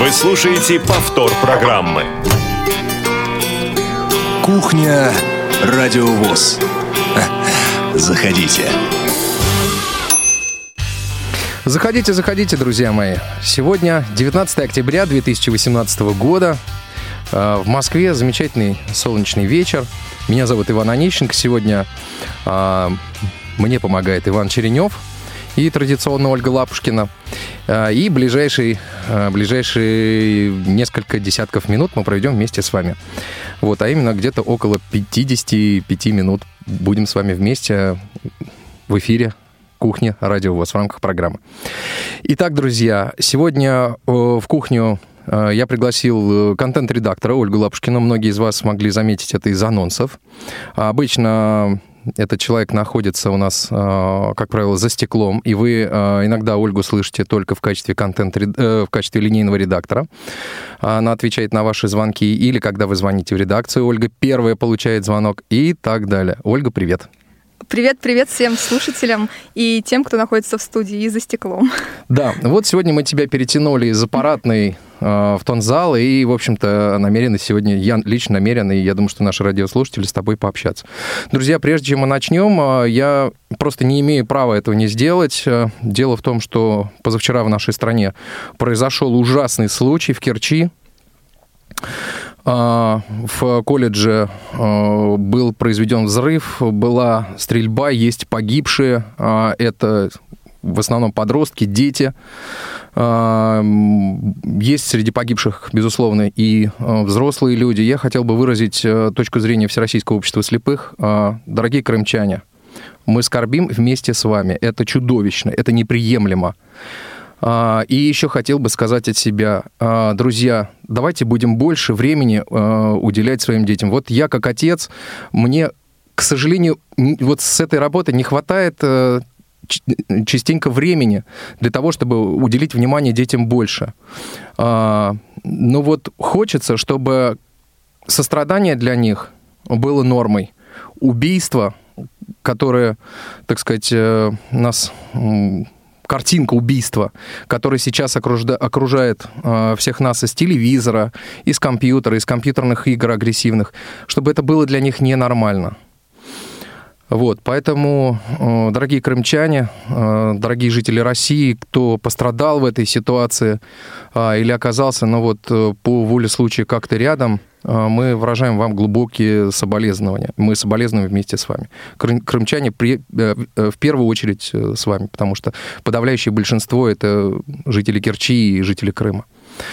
Вы слушаете повтор программы. Кухня Радиовоз. Заходите. Заходите, друзья мои. Сегодня 19 октября 2018 года. В Москве замечательный солнечный вечер. Меня зовут Иван Онищенко. Сегодня мне помогает Иван Черенев и традиционно Ольга Лапушкина. И ближайшие несколько десятков минут мы проведем вместе с вами. Вот, а именно где-то около 55 минут будем с вами вместе в эфире «Кухня Радиовоз» в рамках программы. Итак, друзья, сегодня в кухню я пригласил контент-редактора Ольгу Лапушкину. Многие из вас могли заметить это из анонсов. Обычно этот человек находится у нас, как правило, за стеклом, и вы иногда Ольгу слышите только в качестве в качестве линейного редактора. Она отвечает на ваши звонки, или когда вы звоните в редакцию, Ольга первая получает звонок и так далее. Ольга, привет. Привет всем слушателям и тем, кто находится в студии и за стеклом. Да, вот сегодня мы тебя перетянули из аппаратной в тонзал, и, в общем-то, намерены сегодня, я лично намерен, и я думаю, что наши радиослушатели с тобой пообщаться. Друзья, прежде чем мы начнем, я просто не имею права этого не сделать. Дело в том, что позавчера в нашей стране произошел ужасный случай в Керчи. В колледже был произведен взрыв, была стрельба, есть погибшие. Это в основном подростки, дети. Есть среди погибших, безусловно, и взрослые люди. Я хотел бы выразить точку зрения Всероссийского общества слепых. Дорогие крымчане, мы скорбим вместе с вами. Это чудовищно, это неприемлемо. И еще хотел бы сказать от себя, друзья, давайте будем больше времени уделять своим детям. Вот я, как отец, мне, к сожалению, вот с этой работы не хватает частенько времени для того, чтобы уделить внимание детям больше. Но вот хочется, чтобы сострадание для них было нормой. Убийство, которое, так сказать, нас... Картинка убийства, которая сейчас окружает всех нас из телевизора, из компьютера, из компьютерных игр агрессивных, чтобы это было для них ненормально. Вот, поэтому, дорогие крымчане, дорогие жители России, кто пострадал в этой ситуации или оказался, по воле случая как-то рядом, мы выражаем вам глубокие соболезнования. Мы соболезнуем вместе с вами. Крымчане в первую очередь с вами, потому что подавляющее большинство — это жители Керчи и жители Крыма.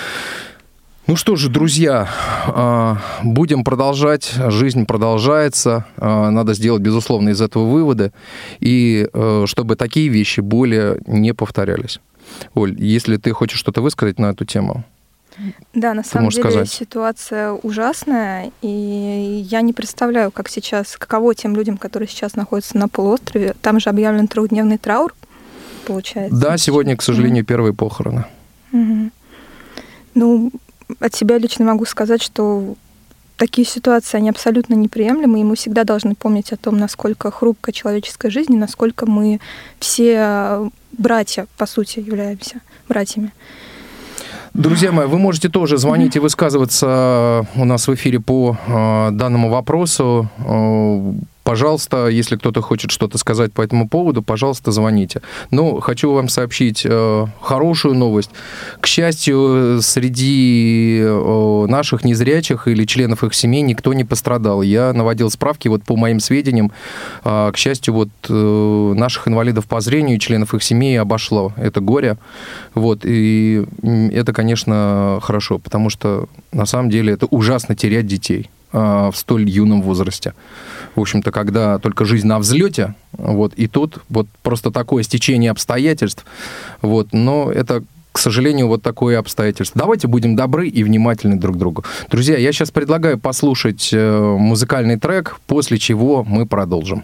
Ну что же, друзья, будем продолжать. Жизнь продолжается. Надо сделать, безусловно, из этого выводы. И чтобы такие вещи более не повторялись. Оль, если ты хочешь что-то высказать на эту тему... Да, на самом деле ситуация ужасная, и я не представляю, каково тем людям, которые сейчас находятся на полуострове. Там же объявлен трехдневный траур, получается. Да, сегодня, к сожалению, первые похороны. Угу. Ну, от себя лично могу сказать, что такие ситуации, они абсолютно неприемлемы, и мы всегда должны помнить о том, насколько хрупка человеческая жизнь, и насколько мы все братья, по сути, являемся братьями. Друзья мои, вы можете тоже звонить и высказываться у нас в эфире по данному вопросу. Пожалуйста, если кто-то хочет что-то сказать по этому поводу, пожалуйста, звоните. Но хочу вам сообщить хорошую новость. К счастью, среди наших незрячих или членов их семей никто не пострадал. Я наводил справки, вот по моим сведениям, к счастью, вот наших инвалидов по зрению и членов их семей обошло это горе. Вот, и это, конечно, хорошо, потому что на самом деле это ужасно терять детей в столь юном возрасте. В общем-то, когда только жизнь на взлете, вот, и тут вот просто такое стечение обстоятельств, вот, но это, к сожалению, вот такое обстоятельство. Давайте будем добры и внимательны друг к другу. Друзья, я сейчас предлагаю послушать музыкальный трек, после чего мы продолжим.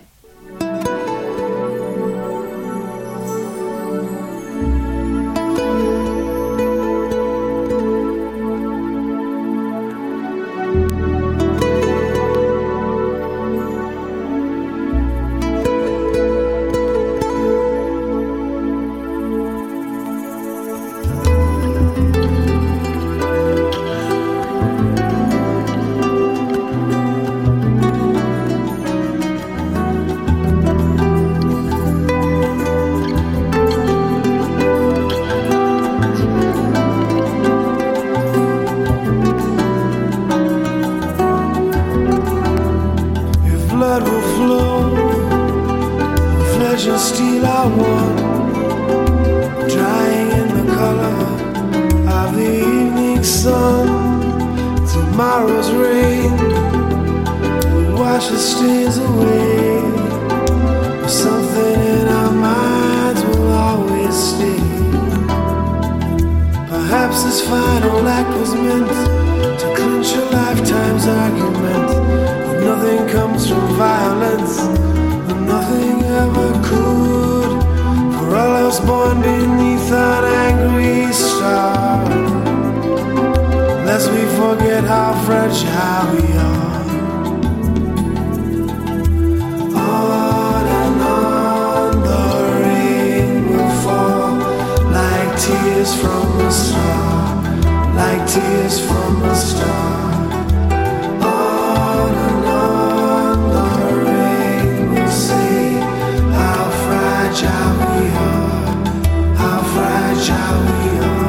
sun, tomorrow's rain washes stains away. Something in our minds will always stay. Perhaps this final act was meant to clinch a lifetime's argument. But nothing comes from violence, and nothing ever could. For all else born beneath an angry star, lest we forget how fragile we are. On and on the rain will fall, like tears from a star, like tears from a star. On and on the rain will say how fragile we are, how fragile we are.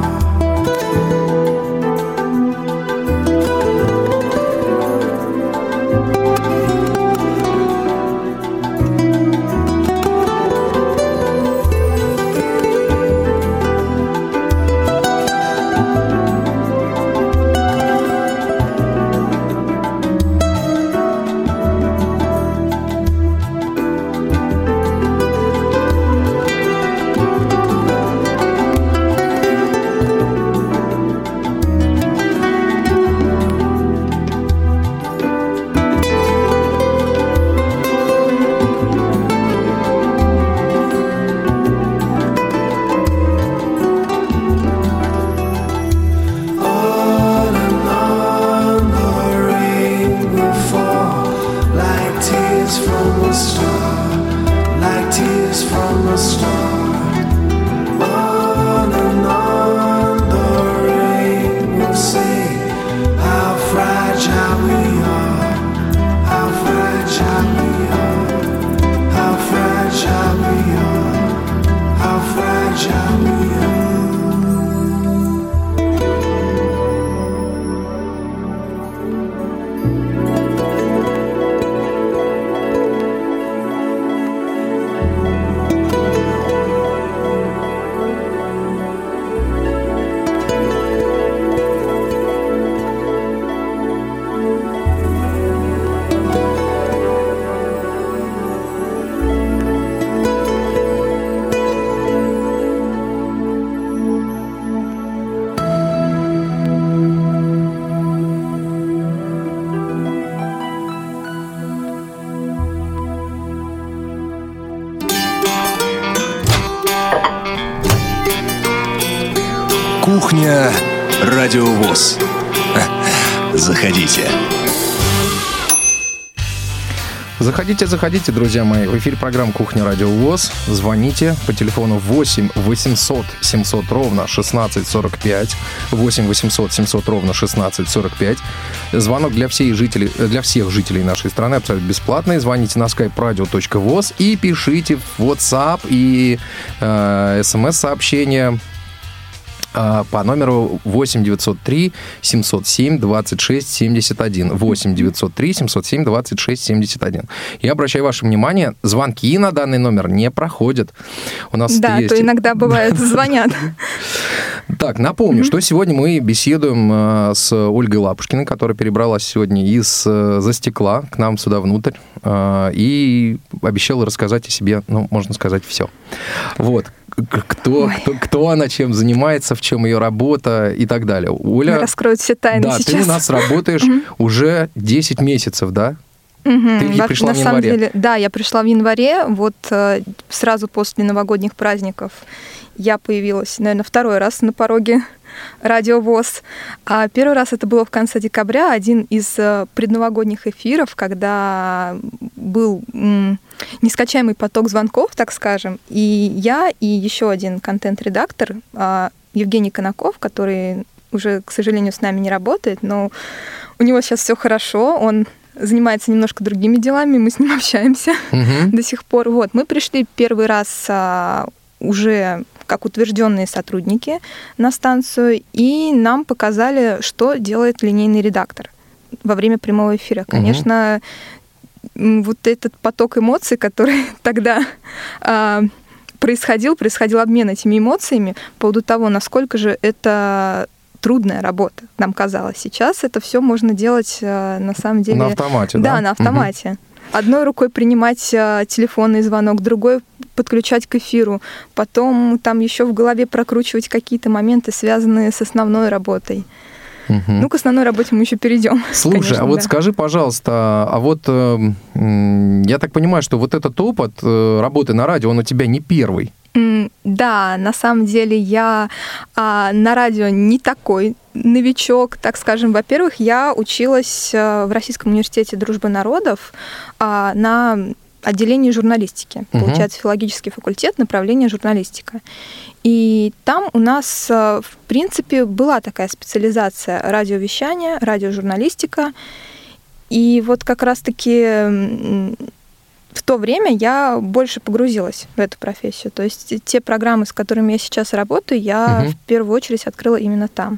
Кухня Радио ВОС. Заходите. Заходите, друзья мои. В эфире программа «Кухня Радио ВОС». Звоните по телефону 8 800 700 ровно 1645. 8 800 700 ровно 1645. Звонок для всех жителей нашей страны абсолютно бесплатный. Звоните на skype radio.voz и пишите в WhatsApp и смс-сообщения по номеру 8 903 707 26 71. 8 903 707 26 71. Я обращаю ваше внимание, звонки на данный номер не проходят. У нас да, есть... то иногда бывает звонят. Так, напомню, что сегодня мы беседуем с Ольгой Лапушкиной, которая перебралась сегодня из-за стекла к нам сюда внутрь и обещала рассказать о себе, ну, можно сказать, все. Вот. Кто она, чем занимается, в чем ее работа и так далее. Оля, раскроют все тайны сейчас. Да, ты у нас работаешь уже 10 месяцев, да? Ты пришла в январе. Самом деле, да, я пришла в январе, вот сразу после новогодних праздников я появилась, наверное, второй раз на пороге Радио ВОС. А первый раз это было в конце декабря, один из предновогодних эфиров, когда был нескончаемый поток звонков, так скажем, и я, и еще один контент-редактор, Евгений Конаков, который уже, к сожалению, с нами не работает, но у него сейчас все хорошо, он занимается немножко другими делами, мы с ним общаемся до сих пор. Вот, мы пришли первый раз уже как утвержденные сотрудники на станцию, и нам показали, что делает линейный редактор во время прямого эфира. Конечно, вот этот поток эмоций, который тогда происходил обмен этими эмоциями по поводу того, насколько же это трудная работа, нам казалось. Сейчас это все можно делать на самом деле... На автомате, да? Да, на автомате. Угу. Одной рукой принимать телефонный звонок, другой подключать к эфиру, потом там еще в голове прокручивать какие-то моменты, связанные с основной работой. Угу. Ну, к основной работе мы еще перейдем. Слушай, конечно, а вот скажи, пожалуйста, а вот я так понимаю, что вот этот опыт работы на радио, он у тебя не первый? Да, на самом деле я на радио не такой новичок, так скажем. Во-первых, я училась в Российском университете дружбы народов на отделении журналистики. Получается, филологический факультет, направление журналистика. И там у нас, в принципе, была такая специализация: радиовещание, радиожурналистика. И вот как раз-таки в то время я больше погрузилась в эту профессию. То есть те программы, с которыми я сейчас работаю, я в первую очередь открыла именно там.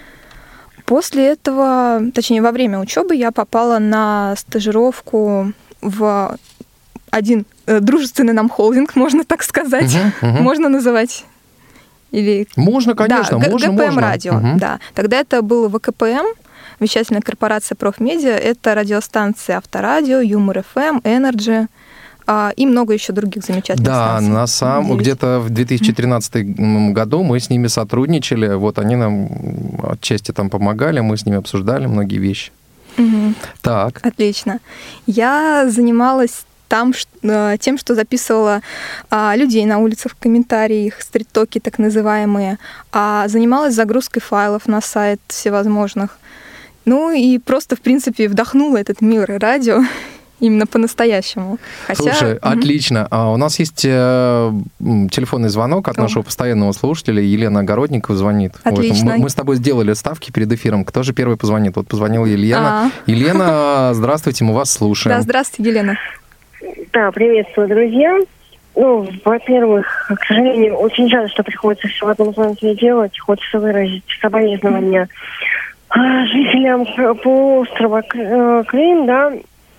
После этого, точнее, во время учебы я попала на стажировку в один дружественный нам холдинг, можно так сказать, можно называть. Или... Можно, конечно, да, можно. ГПМ радио, да. Тогда это был ВКПМ, вещательная корпорация «Профмедиа». Это радиостанции «Авторадио», «Юмор ФМ», «Энерджи» и много еще других замечательных станций. Да, где-то в 2013 году мы с ними сотрудничали. Вот они нам отчасти там помогали, мы с ними обсуждали многие вещи. Так. Отлично. Я занималась там тем, что записывала людей на улицах в комментариях, стрит-токи так называемые, занималась загрузкой файлов на сайт всевозможных. Ну и просто, в принципе, вдохнула этот мир радио именно по-настоящему. Слушай, отлично. У нас есть телефонный звонок от нашего постоянного слушателя. Елена Огородникова звонит. Отлично. Вот. Мы с тобой сделали ставки перед эфиром. Кто же первый позвонит? Вот позвонила Елена. Елена, здравствуйте, мы вас слушаем. Да, здравствуйте, Елена. Да, приветствую, друзья. Ну, во-первых, к сожалению, очень жаль, что приходится все в одном звонке делать. Хочется выразить соболезнования жителям полуострова Крым, да,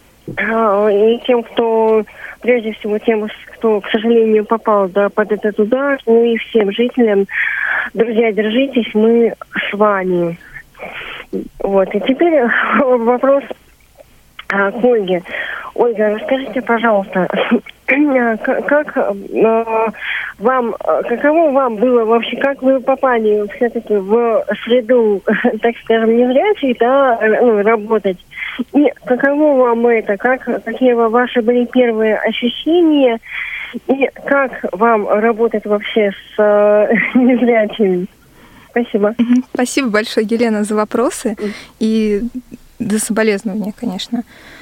и тем, кто, прежде всего, тем, кто, к сожалению, попал под этот удар, ну и всем жителям. Друзья, держитесь, мы с вами. Вот, и теперь вопрос к Ольге. Ольга, расскажите, пожалуйста, каково вам было вообще, как вы попали все-таки в среду, так скажем, незрячих, да, работать? И каково вам это? Какие ваши были первые ощущения? И как вам работать вообще с незрячими? Спасибо. Спасибо большое, Елена, за вопросы и за соболезнования, конечно.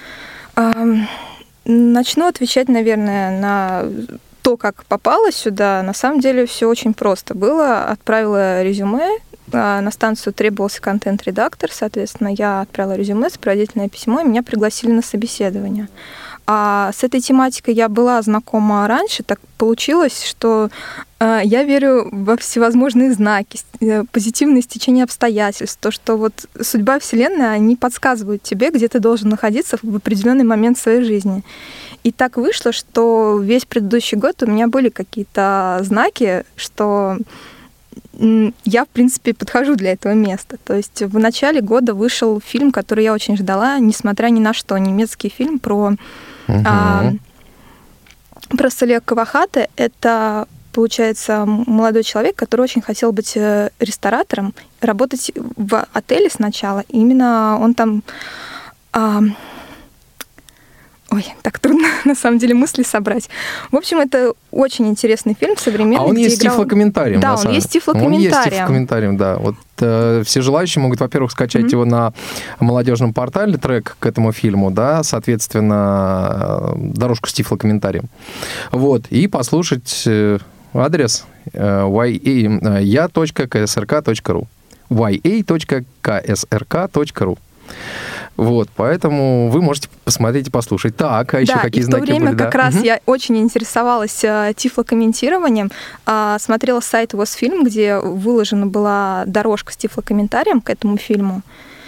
Начну отвечать, наверное, на то, как попала сюда. На самом деле все очень просто было. Отправила резюме. На станцию требовался контент-редактор. Соответственно, я отправила резюме, сопроводительное письмо, и меня пригласили на собеседование. А с этой тематикой я была знакома раньше. Так получилось, что я верю во всевозможные знаки, позитивное стечение обстоятельств, то, что вот судьба Вселенной, они подсказывают тебе, где ты должен находиться в определенный момент своей жизни. И так вышло, что весь предыдущий год у меня были какие-то знаки, что я, в принципе, подхожу для этого места. То есть в начале года вышел фильм, который я очень ждала, несмотря ни на что, немецкий фильм про Солея Кавахаты. Это, получается, молодой человек, который очень хотел быть ресторатором, работать в отеле сначала. И именно он там... так трудно, на самом деле, мысли собрать. В общем, это очень интересный фильм, современный. А он есть с тифлокомментарием. Да, он есть с тифлокомментарием. Он есть с тифлокомментарием, да. Вот все желающие могут, во-первых, скачать его на молодежном портале, трек к этому фильму, да, соответственно, дорожку с тифлокомментарием. Вот, и послушать адрес ya.ksrk.ru ya.ksrk.ru. Вот, поэтому вы можете посмотреть и послушать. Так, а еще какие знаки были? Да, и в то время как раз я очень интересовалась тифлокомментированием, смотрела сайт ВОСфильм, где выложена была дорожка с тифлокомментарием к этому фильму.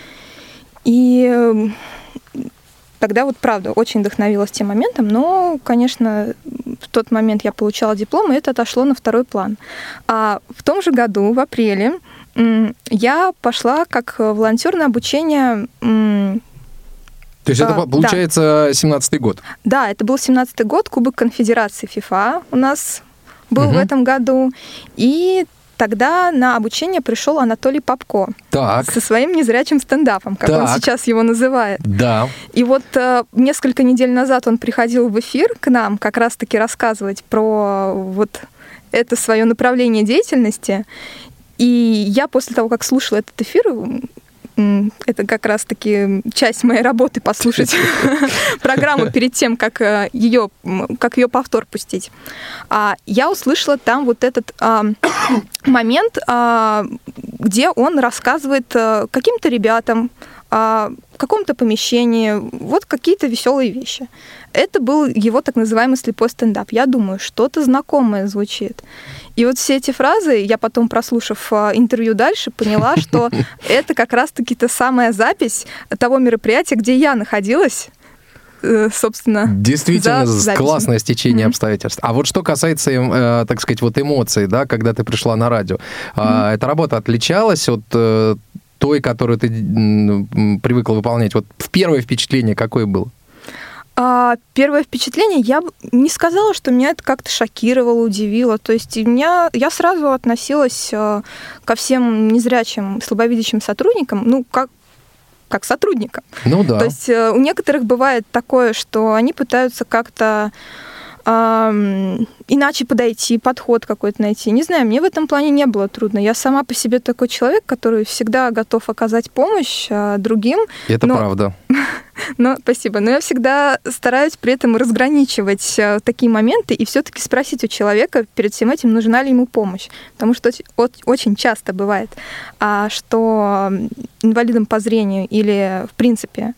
И тогда вот, правда, очень вдохновилась тем моментом, но, конечно, в тот момент я получала диплом, и это отошло на второй план. А в том же году, в апреле, Я пошла как волонтер на обучение. То есть это, получается, 17-й год? Да, это был 17-й год, Кубок Конфедерации ФИФА у нас был в этом году. И тогда на обучение пришел Анатолий Попко со своим незрячим стендапом, как он сейчас его называет. Да. И вот несколько недель назад он приходил в эфир к нам как раз-таки рассказывать про вот это свое направление деятельности. И я после того, как слушала этот эфир, это как раз-таки часть моей работы послушать программу перед тем, как ее повтор пустить. Я услышала там вот этот момент, где он рассказывает каким-то ребятам о каком-то помещении, вот какие-то веселые вещи. Это был его так называемый слепой стендап. Я думаю, что-то знакомое звучит. И вот все эти фразы, я потом, прослушав интервью дальше, поняла, что это как раз-таки та самая запись того мероприятия, где я находилась, собственно. Действительно, классное стечение обстоятельств. А вот что касается, так сказать, вот эмоций, да, когда ты пришла на радио, эта работа отличалась от той, которую ты привыкла выполнять? Вот первое впечатление какое было? Первое впечатление, я не сказала, что меня это как-то шокировало, удивило. То есть я сразу относилась ко всем незрячим, слабовидящим сотрудникам, как сотрудникам. Ну да. То есть у некоторых бывает такое, что они пытаются как-то иначе подойти, подход какой-то найти. Не знаю, мне в этом плане не было трудно. Я сама по себе такой человек, который всегда готов оказать помощь другим. Это правда. Спасибо. Но я всегда стараюсь при этом разграничивать такие моменты и все-таки спросить у человека перед всем этим, нужна ли ему помощь. Потому что очень часто бывает, что инвалидам по зрению или, в принципе,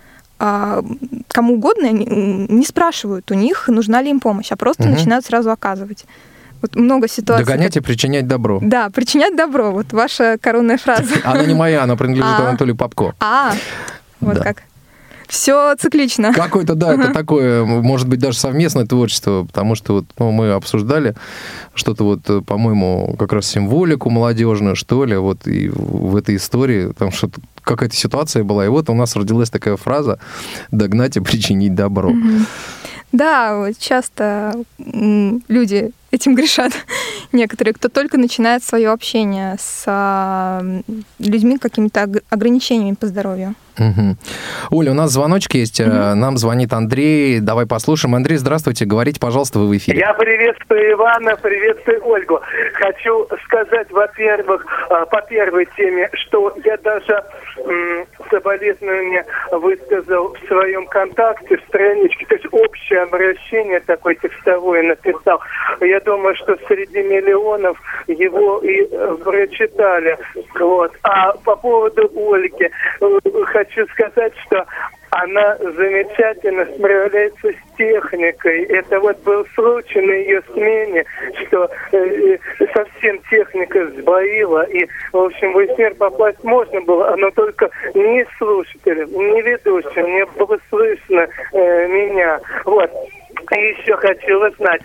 кому угодно не спрашивают у них, нужна ли им помощь, а просто начинают сразу оказывать. Вот много ситуаций. Догонять и причинять добро. Да, причинять добро. Вот ваша коронная фраза. Она не моя, она принадлежит Анатолию Попко. Вот как. Все циклично. Какое-то, да, это такое, может быть, даже совместное творчество, потому что вот, мы обсуждали что-то вот, по-моему, как раз символику молодежную, что ли, вот и в этой истории, там что-то, какая-то ситуация была, и вот у нас родилась такая фраза «догнать и причинить добро». Да, вот часто люди этим грешат. Некоторые, кто только начинает свое общение с людьми с какими-то ограничениями по здоровью. Оля, у нас звоночек есть. Нам звонит Андрей. Давай послушаем. Андрей, здравствуйте. Говорите, пожалуйста, вы в эфире. Я приветствую Ивана, приветствую Ольгу. Хочу сказать, во-первых, по первой теме, что я даже соболезнование высказал в своем контакте, в страничке, то есть общее обращение такое текстовое написал. Я думаю, что среди миллионов его и прочитали. Вот. А по поводу Ольги, хочу сказать, что она замечательно справляется с техникой. Это вот был случай на ее смене, что совсем техника сбоила. И, в общем, в эфир попасть можно было, но только не слушателям, не ведущим. Не было слышно меня. Вот. И еще хочу узнать,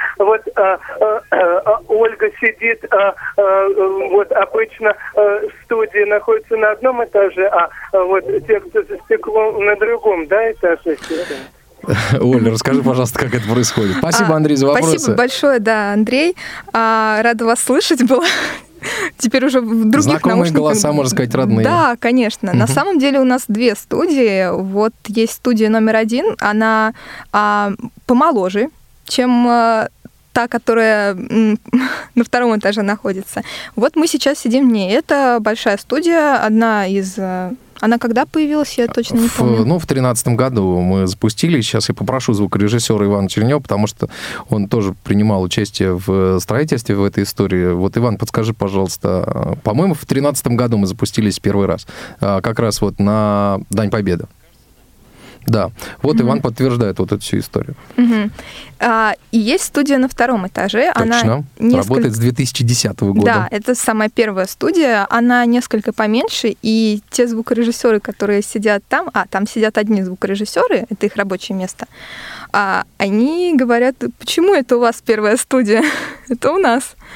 Ольга сидит, вот обычно студия находится на одном этаже, а вот те, кто за стеклом, на другом, да, этаже сидят? Оля, расскажи, пожалуйста, как это происходит. Спасибо, Андрей, за вопросы. Спасибо большое, да, Андрей. Рада вас слышать была. Теперь уже в других знакомые наушниках. Голоса, можно сказать, родные. Да, конечно. На самом деле у нас две студии. Вот есть студия номер 1, она помоложе, чем та, которая на втором этаже находится. Вот мы сейчас сидим в ней. Это большая студия, одна из... Она когда появилась, я точно не помню. В 2013 году мы запустили. Сейчас я попрошу звукорежиссера Ивана Чернева, потому что он тоже принимал участие в строительстве в этой истории. Вот, Иван, подскажи, пожалуйста. По-моему, в 2013 году мы запустились первый раз. Как раз вот на Дань Победы. Да, вот Иван подтверждает вот эту всю историю. И есть студия на втором этаже. Точно, она работает с 2010 года. Да, это самая первая студия. Она несколько поменьше, и те звукорежиссеры, которые сидят там, там сидят одни звукорежиссеры, это их рабочее место, они говорят, почему это у вас первая студия? Это у нас.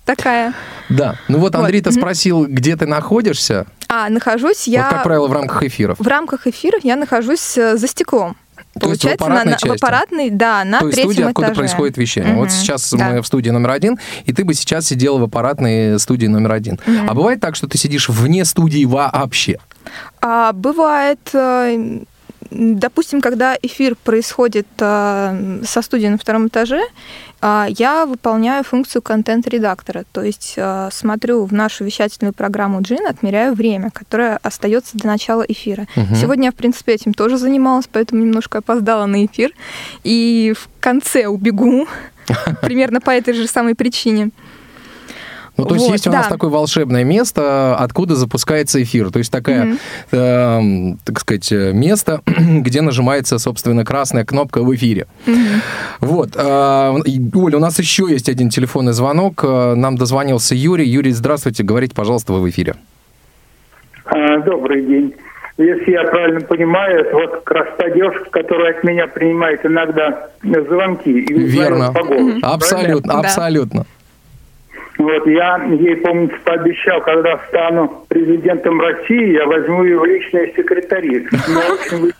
такая. Да. Ну вот Андрей-то спросил, где ты находишься. Нахожусь я... Вот, как правило, в рамках эфиров. В рамках эфиров я нахожусь за стеклом. Получается, в аппаратной, да, на третьем этаже. То есть студия, откуда происходит вещание. Вот сейчас мы в студии номер 1, и ты бы сейчас сидела в аппаратной студии номер 1. А бывает так, что ты сидишь вне студии вообще? Бывает... Допустим, когда эфир происходит со студией на 2 этаже, я выполняю функцию контент-редактора, то есть смотрю в нашу вещательную программу Джин, отмеряю время, которое остается до начала эфира. Сегодня я, в принципе, этим тоже занималась, поэтому немножко опоздала на эфир, и в конце убегу, примерно по этой же самой причине. Ну, то есть есть у нас такое волшебное место, откуда запускается эфир. То есть такая, так сказать, место, где нажимается, собственно, красная кнопка в эфире. Вот. Оля, у нас еще есть один телефонный звонок. Нам дозвонился Юрий. Юрий, здравствуйте. Говорите, пожалуйста, вы в эфире. Добрый день. Если я правильно понимаю, это вот как раз та девушка, которая от меня принимает иногда звонки. И верно. По голосу, абсолютно, абсолютно. Вот я ей, помните, пообещал, когда стану президентом России, я возьму ее в личные секретари. Но очень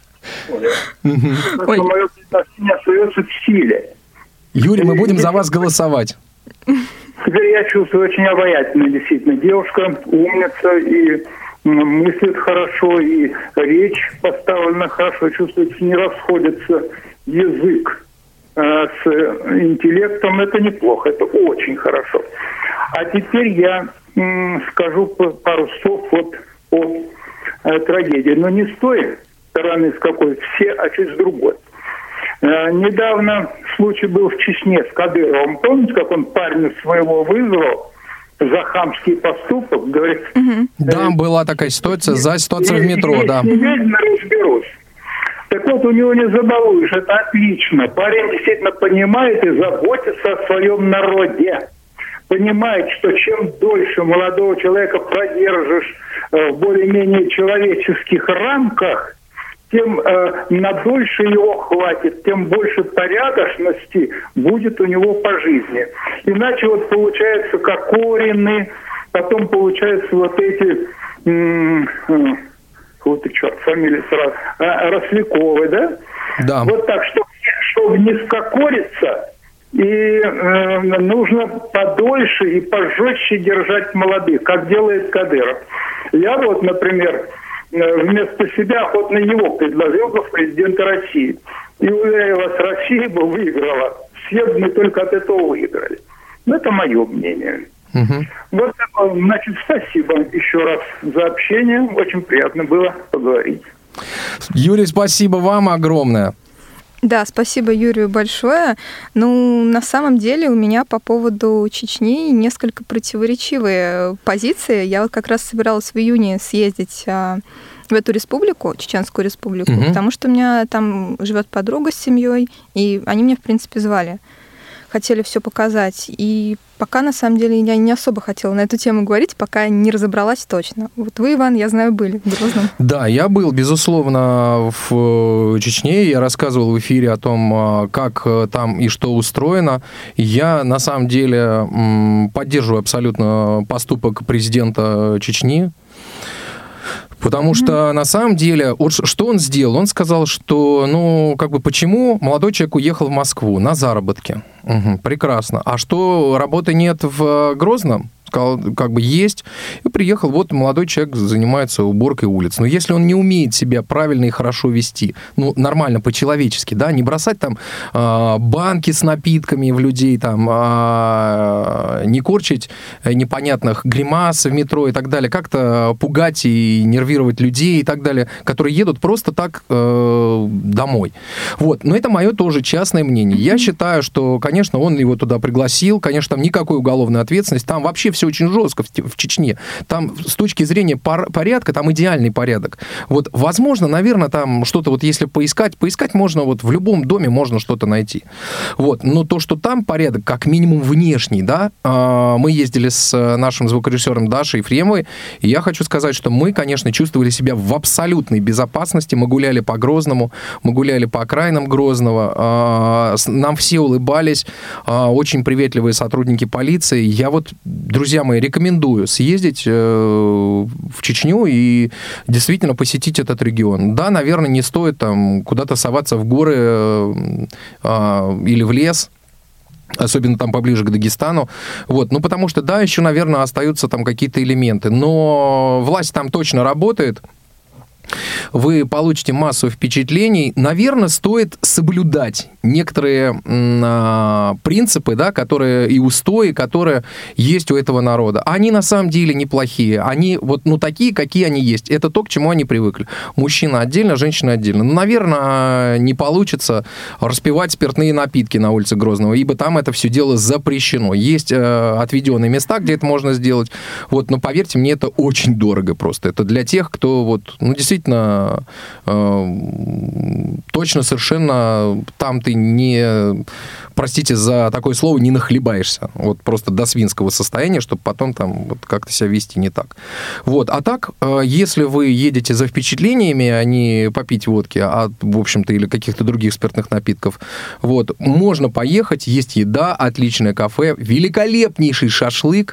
мое предложение остается в силе. Юрий, мы будем за вас голосовать. Теперь я чувствую очень обаятельная действительно девушка, умница и мыслит хорошо, и речь поставлена хорошо. Чувствуется, не расходится язык с интеллектом. Это неплохо, это очень хорошо. А теперь я скажу пару слов вот о трагедии. Но не с той стороны, с какой все, а чуть с другой. Недавно случай был в Чечне с Кадыровым. Помните, как он парня своего вызвал за хамский поступок? Говорит, да, была такая ситуация, за ситуацию в метро, да. Немедленно разберусь. Так вот, у него не забалуешь, это отлично. Парень действительно понимает и заботится о своем народе. Понимает, что чем дольше молодого человека продержишь в более-менее человеческих рамках, тем на дольше его хватит, тем больше порядочности будет у него по жизни. Иначе вот получается Кокорины, потом получаются вот эти... вот и черт, фамилия сразу, Росляковой, да? Да. Вот так, чтобы не скокориться, и нужно подольше и пожестче держать молодых, как делает Кадыров. Я вот, например, вместо себя охотно его предложил бы в президенты России. И уверяю вас, Россия бы выиграла. Все бы мы только от этого выиграли. Но это мое мнение. Вот, значит, спасибо еще раз за общение. Очень приятно было поговорить. Юрий, спасибо вам огромное. Да, спасибо Юрию большое. Ну, на самом деле у меня по поводу Чечни несколько противоречивые позиции. Я вот как раз собиралась в июне съездить в эту республику, Чеченскую республику, потому что у меня там живет подруга с семьей, и они меня, в принципе, звали. Хотели все показать. И пока, на самом деле, я не особо хотела на эту тему говорить, пока не разобралась точно. Вот вы, Иван, я знаю, были в Грозном. Да, я был, безусловно, в Чечне. Я рассказывал в эфире о том, как там и что устроено. Я, на самом деле, поддерживаю абсолютно поступок президента Чечни. Потому что, на самом деле, вот что он сделал? Он сказал, что, ну, как бы, почему молодой человек уехал в Москву на заработки? Прекрасно. А что, работы нет в Грозном? Сказал, как бы, есть. И приехал, вот молодой человек занимается уборкой улиц. Но если он не умеет себя правильно и хорошо вести, ну, нормально, по-человечески, да, не бросать там банки с напитками в людей, там, не корчить непонятных гримас в метро и так далее, как-то пугать и нервировать людей и так далее, которые едут просто так домой. Вот. Но это мое тоже частное мнение. Я считаю, что, конечно, он его туда пригласил, конечно, там никакой уголовной ответственности, там вообще все очень жестко в Чечне. Там с точки зрения порядка, там идеальный порядок. Вот, возможно, наверное, там что-то вот если поискать можно вот в любом доме можно что-то найти. Вот, но то, что там порядок, как минимум внешний, да, мы ездили с нашим звукорежиссером Дашей Ефремовой, и я хочу сказать, что мы, конечно, чувствовали себя в абсолютной безопасности. Мы гуляли по Грозному, мы гуляли по окраинам Грозного, нам все улыбались, очень приветливые сотрудники полиции. Я вот, друзья мои, рекомендую съездить в Чечню и действительно посетить этот регион. Да, наверное, не стоит там куда-то соваться в горы или в лес, особенно там поближе к Дагестану. Вот. Ну, потому что, да, еще, наверное, остаются там какие-то элементы. Но власть там точно работает. Вы получите массу впечатлений. Наверное, стоит соблюдать некоторые принципы, да, которые и устои, которые есть у этого народа. Они на самом деле неплохие. Они вот, ну, такие, какие они есть. Это то, к чему они привыкли. Мужчина отдельно, женщина отдельно. Ну, наверное, не получится распивать спиртные напитки на улице Грозного, ибо там это все дело запрещено. Есть отведенные места, где это можно сделать. Вот, но поверьте мне, это очень дорого просто. Это для тех, кто вот, ну, действительно точно совершенно там ты не, простите за такое слово, не нахлебаешься. Вот просто до свинского состояния, чтобы потом там вот как-то себя вести не так. Вот. А так, если вы едете за впечатлениями, а не попить водки, в общем-то, или каких-то других спиртных напитков, вот, можно поехать, есть еда, отличное кафе, великолепнейший шашлык,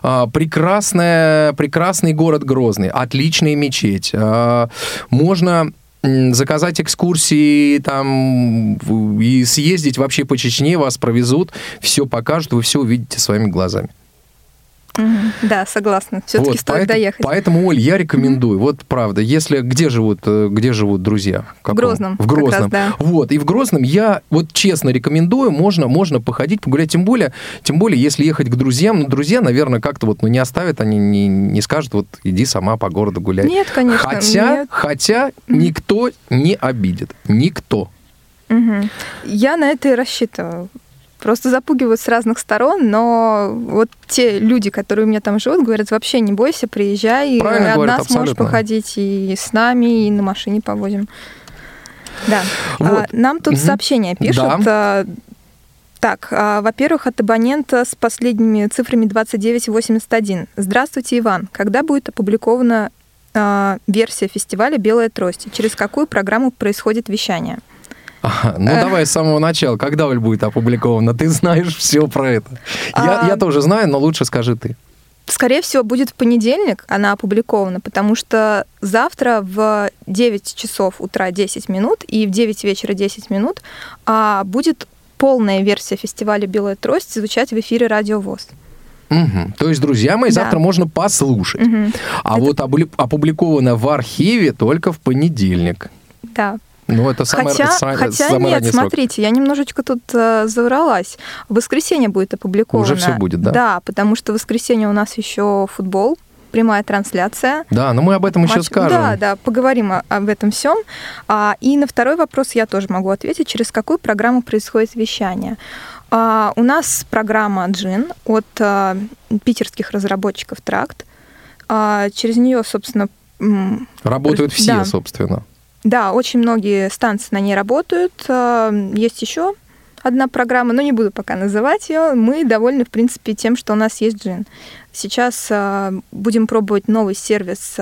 прекрасный город Грозный, отличная мечеть. Можно заказать экскурсии там и съездить вообще по Чечне, вас провезут, все покажут, вы все увидите своими глазами. Да, согласна. Все-таки вот, стоит доехать. Поэтому, Оль, я рекомендую. Вот правда, если где живут друзья? В Грозном. В Грозном. Раз, да. Вот, и в Грозном я вот честно рекомендую, можно походить, погулять, тем более, если ехать к друзьям, ну, друзья, наверное, как-то вот, ну, не оставят, они не скажут, вот, иди сама по городу гуляй. Нет, конечно. Хотя никто не обидит. Никто. Я на это и рассчитываю. Просто запугивают с разных сторон, но вот те люди, которые у меня там живут, говорят, вообще не бойся, приезжай, правильно от говорят, нас абсолютно. Можешь походить и с нами, и на машине повозим. Да. Вот. Нам тут сообщения пишут. Да. Так, во-первых, от абонента с последними цифрами 2981. Здравствуйте, Иван. Когда будет опубликована версия фестиваля «Белая трость»? Через какую программу происходит вещание? Давай с самого начала. Когда, Оль, будет опубликовано? Ты знаешь все про это. Я тоже знаю, но лучше скажи ты. Скорее всего, будет в понедельник она опубликована, потому что завтра в 9 часов утра 10 минут и в 9 вечера 10 минут будет полная версия фестиваля «Белая трость» звучать в эфире Радио ВОС. То есть, друзья мои, завтра можно послушать. Вот опубликовано в архиве только в понедельник. Да. Ну, это самый Хотя нет, смотрите, я немножечко тут завралась. В воскресенье будет опубликовано. Уже все будет, да? Да, потому что в воскресенье у нас еще футбол, прямая трансляция. Да, но мы об этом еще скажем. Да, поговорим об этом всем. И на второй вопрос я тоже могу ответить, через какую программу происходит вещание. У нас программа «Джин» от питерских разработчиков «Тракт». Через нее, собственно... Работают все, собственно. Да, очень многие станции на ней работают. Есть еще одна программа, но не буду пока называть ее. Мы довольны, в принципе, тем, что у нас есть Джин. Сейчас будем пробовать новый сервис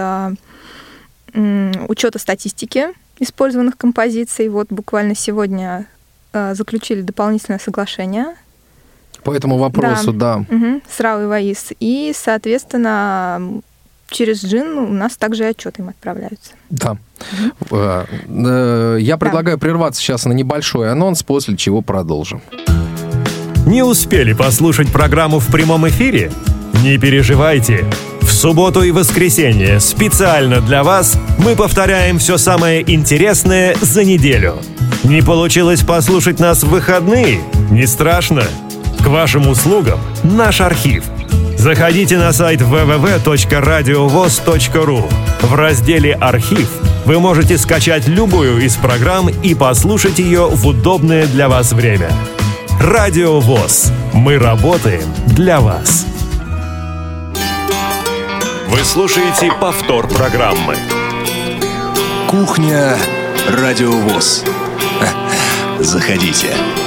учета статистики использованных композиций. Вот буквально сегодня заключили дополнительное соглашение. По этому вопросу, да. С РАО и ВАИС. И, соответственно, через Джин у нас также и отчеты им отправляются. Да. Я предлагаю прерваться сейчас на небольшой анонс, после чего продолжим. Не успели послушать программу в прямом эфире? Не переживайте. В субботу и воскресенье специально для вас мы повторяем все самое интересное за неделю. Не получилось послушать нас в выходные? Не страшно. К вашим услугам наш архив. Заходите на сайт www.radiovoz.ru. В разделе «Архив» вы можете скачать любую из программ и послушать ее в удобное для вас время. Радио ВОС. Мы работаем для вас. Вы слушаете повтор программы. Кухня Радио ВОС. Заходите.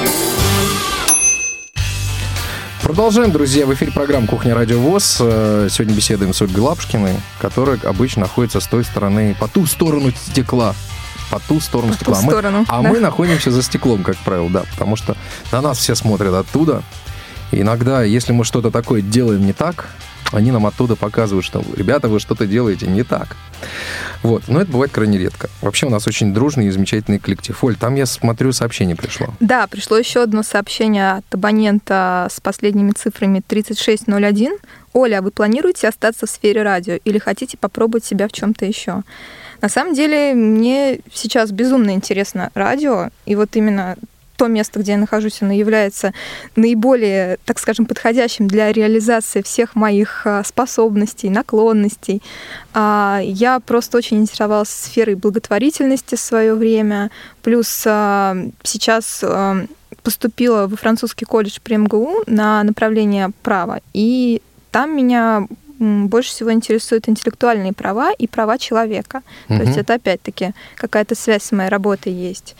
Продолжаем, друзья. В эфире программа «Кухня Радио ВОС». Сегодня беседуем с Ольгой Лапушкиной, которая обычно находится с той стороны, по ту сторону стекла. По ту сторону стекла. Мы находимся за стеклом, как правило, да, потому что на нас все смотрят оттуда. И иногда, если мы что-то такое делаем не так, они нам оттуда показывают, что, ребята, вы что-то делаете не так. Вот. Но это бывает крайне редко. Вообще у нас очень дружный и замечательный коллектив. Оль, там, я смотрю, сообщение пришло. Да, пришло еще одно сообщение от абонента с последними цифрами 3601. Оля, вы планируете остаться в сфере радио или хотите попробовать себя в чем-то еще? На самом деле, мне сейчас безумно интересно радио, и вот именно то место, где я нахожусь, оно является наиболее, так скажем, подходящим для реализации всех моих способностей, наклонностей. Я просто очень интересовалась сферой благотворительности в свое время. Плюс сейчас поступила во французский колледж при МГУ на направление права. И там меня больше всего интересуют интеллектуальные права и права человека. То есть это опять-таки какая-то связь с моей работой есть.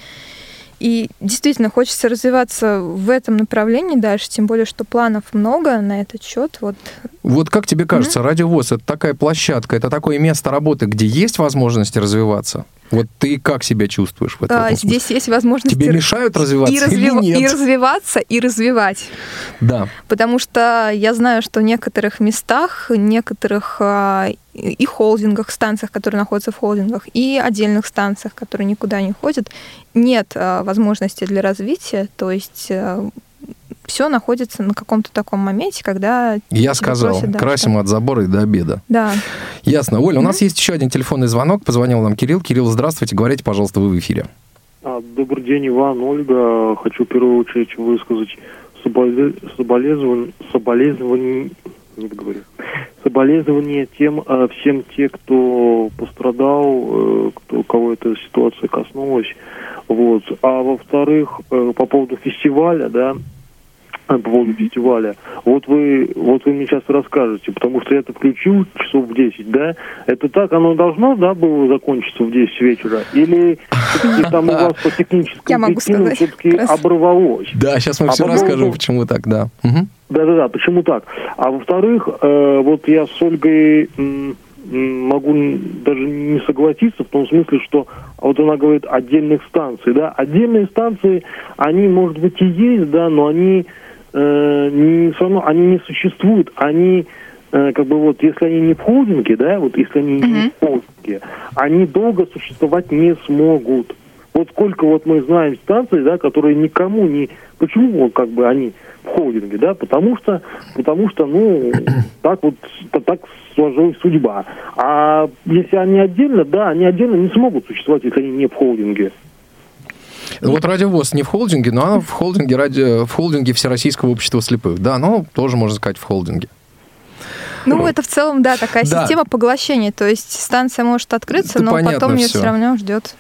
И действительно хочется развиваться в этом направлении дальше, тем более, что планов много на этот счет. Вот как тебе кажется, Радио ВОС — это такая площадка, это такое место работы, где есть возможности развиваться? Вот ты как себя чувствуешь в этом смысле? Здесь есть возможность... Тебе мешают развиваться или нет? И развиваться, и развивать. Да. Потому что я знаю, что в некоторых местах, некоторых и холдингах, станциях, которые находятся в холдингах, и отдельных станциях, которые никуда не ходят, нет возможности для развития. То есть все находится на каком-то таком моменте, когда... Я сказал, просят, красим от забора и до обеда. Да. Ясно. Оля, у нас есть еще один телефонный звонок. Позвонил нам Кирилл. Кирилл, здравствуйте. Говорите, пожалуйста, вы в эфире. Добрый день, Иван, Ольга. Хочу в первую очередь высказать соболезнования всем тем, кто пострадал, у кого эта ситуация коснулась. Вот. А во-вторых, по поводу фестиваля, да, вот вы мне сейчас расскажете, потому что я это включил часов в 10, да? Это так оно должно, да, было закончиться в 10 вечера? Или все-таки там у вас по техническому причинам все-таки оборвалось? Да, сейчас мы все расскажем, почему так, да. Да, почему так? А во-вторых, вот я с Ольгой могу даже не согласиться в том смысле, что вот она говорит отдельных станций, да? Отдельные станции, они, может быть, и есть, да, но они все равно они не существуют, они как бы вот, если они не в холдинге, да, вот если они не в холдинге, они долго существовать не смогут. Вот сколько вот мы знаем станций, да, которые никому не... Почему вот как бы они в холдинге, да? Потому что, ну, так сложилась судьба. А если они отдельно, да, они отдельно не смогут существовать, если они не в холдинге. Вот Радио ВОС не в холдинге, но оно в холдинге Всероссийского общества слепых. Да, оно тоже, можно сказать, в холдинге. Ну, это в целом, да, такая система поглощения. То есть станция может открыться, это но потом ее все равно ждет.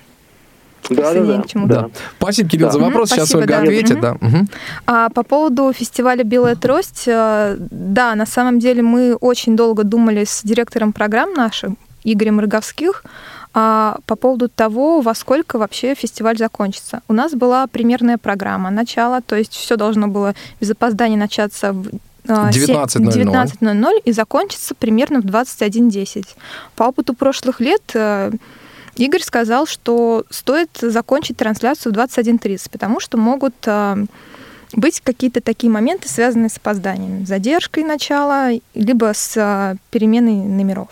Да. Спасибо, Кирилл, за вопрос. Спасибо, сейчас Ольга ответит. Да. По поводу фестиваля «Белая трость», да, на самом деле мы очень долго думали с директором программ нашим, Игорем Роговских, по поводу того, во сколько вообще фестиваль закончится. У нас была примерная программа начала, то есть все должно было без опоздания начаться в 19:00 и закончиться примерно в 21:10. По опыту прошлых лет Игорь сказал, что стоит закончить трансляцию в 21:30, потому что могут быть какие-то такие моменты, связанные с опозданием, задержкой начала, либо с переменой номеров.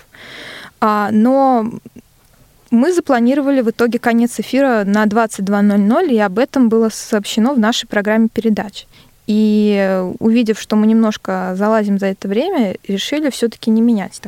Но мы запланировали в итоге конец эфира на 22:00, и об этом было сообщено в нашей программе передач. И увидев, что мы немножко залазим за это время, решили все-таки не менять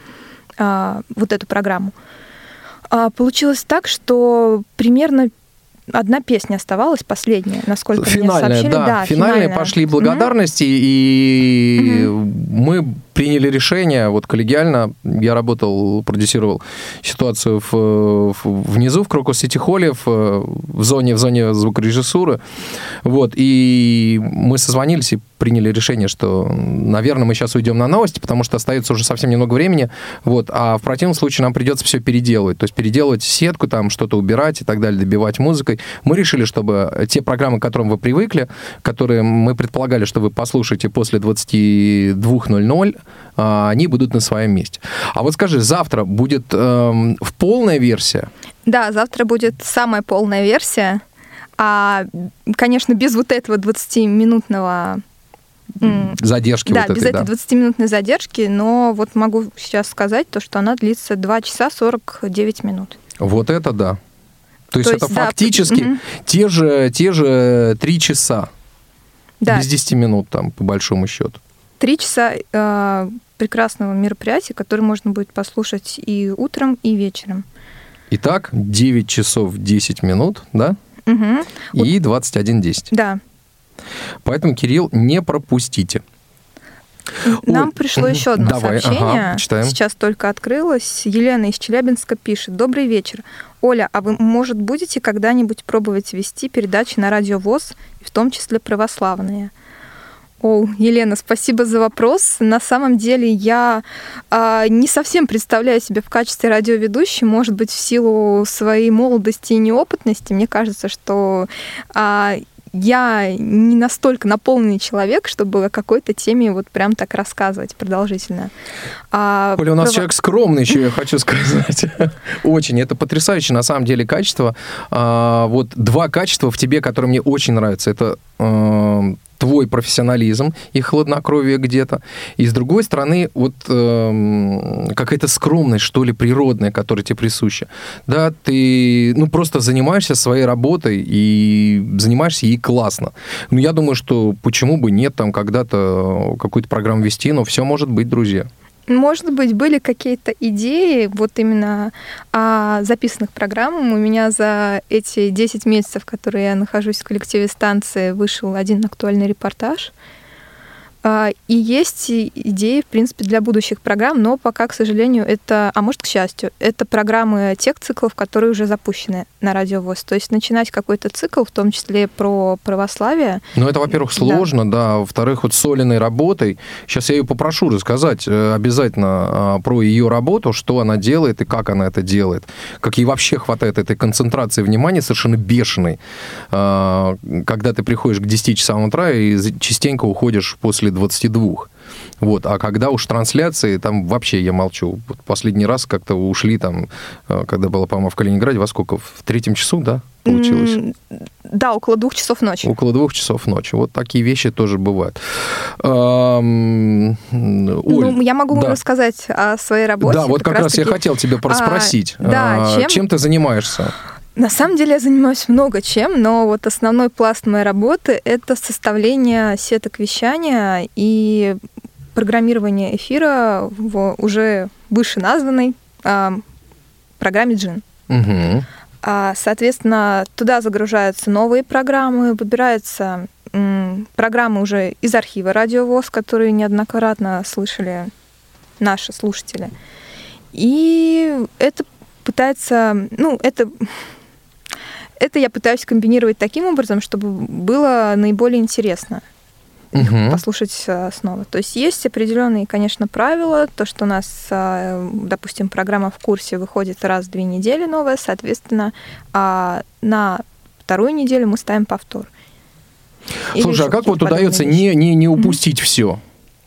вот эту программу. Получилось так, что примерно одна песня оставалась, последняя, насколько мне сообщили. Да, финальные пошли благодарности, и мы приняли решение, вот коллегиально, я работал, продюсировал ситуацию внизу, в Крокус-Сити-Холле, в зоне звукорежиссуры, вот, и мы созвонились и приняли решение, что, наверное, мы сейчас уйдем на новости, потому что остается уже совсем немного времени, вот, а в противном случае нам придется все переделывать, то есть переделывать сетку, там что-то убирать и так далее, добивать музыкой. Мы решили, чтобы те программы, к которым вы привыкли, которые мы предполагали, что вы послушаете после 22:00, они будут на своем месте. А вот скажи, завтра будет полная версия? Да, завтра будет самая полная версия, конечно, без вот этого 20-минутного... задержки, да, вот этой, без этой 20-минутной задержки, но вот могу сейчас сказать, то, что она длится 2 часа 49 минут. Вот это да. То есть это фактически те же 3 часа. Да. Без 10 минут там, по большому счету. 3 часа прекрасного мероприятия, которое можно будет послушать и утром, и вечером. Итак, 9 часов 10 минут, да? Угу. И 21:10. Да. Поэтому, Кирилл, не пропустите. Нам пришло еще одно сообщение. Сейчас только открылось. Елена из Челябинска пишет. Добрый вечер. Оля, а вы, может, будете когда-нибудь пробовать вести передачи на Радио ВОС, в том числе православные? Елена, спасибо за вопрос. На самом деле я не совсем представляю себя в качестве радиоведущей, может быть, в силу своей молодости и неопытности. Мне кажется, что я не настолько наполненный человек, чтобы о какой-то теме вот прям так рассказывать продолжительно. Оля, у нас человек скромный еще, я хочу сказать. Очень. Это потрясающее, на самом деле, качество. Вот 2 качества в тебе, которые мне очень нравятся. Это твой профессионализм и хладнокровие где-то. И с другой стороны, вот какая-то скромность, что ли, природная, которая тебе присуща. Да, ты просто занимаешься своей работой и занимаешься ей классно. Я думаю, что почему бы нет там когда-то какую-то программу вести, но все может быть, друзья. Может быть, были какие-то идеи вот именно о записанных программах. У меня за эти 10 месяцев, которые я нахожусь в коллективе станции, вышел один актуальный репортаж. И есть идеи, в принципе, для будущих программ, но пока, к сожалению, а может, к счастью, это программы тех циклов, которые уже запущены на Радио ВОС. То есть начинать какой-то цикл, в том числе про православие. Это, во-первых, сложно, да. Во-вторых, вот с Олиной работой. Сейчас я ее попрошу рассказать обязательно про ее работу, что она делает и как она это делает. Как ей вообще хватает этой концентрации внимания совершенно бешеной. Когда ты приходишь к 10 часам утра и частенько уходишь после 22. Вот. А когда уж трансляции, там вообще я молчу. Вот последний раз как-то ушли там, когда была, по-моему, в Калининграде, во сколько? В 3 часу, да, получилось? Да, около 2 часов ночи. Около 2 часов ночи. Вот такие вещи тоже бывают. Оль, я могу рассказать о своей работе. Да, вот как раз я хотел тебя спросить. Чем ты занимаешься? На самом деле я занимаюсь много чем, но вот основной пласт моей работы — это составление сеток вещания и программирование эфира в уже вышеназванной программе Джин. Угу. Соответственно, туда загружаются новые программы, выбираются программы уже из архива Радио ВОС, которые неоднократно слышали наши слушатели. И это пытается... Это я пытаюсь комбинировать таким образом, чтобы было наиболее интересно послушать снова. То есть есть определенные, конечно, правила. То, что у нас, допустим, программа «В курсе» выходит раз в 2 недели новая, соответственно, на 2-ю неделю мы ставим повтор. Слушай, а как вот удается не упустить все?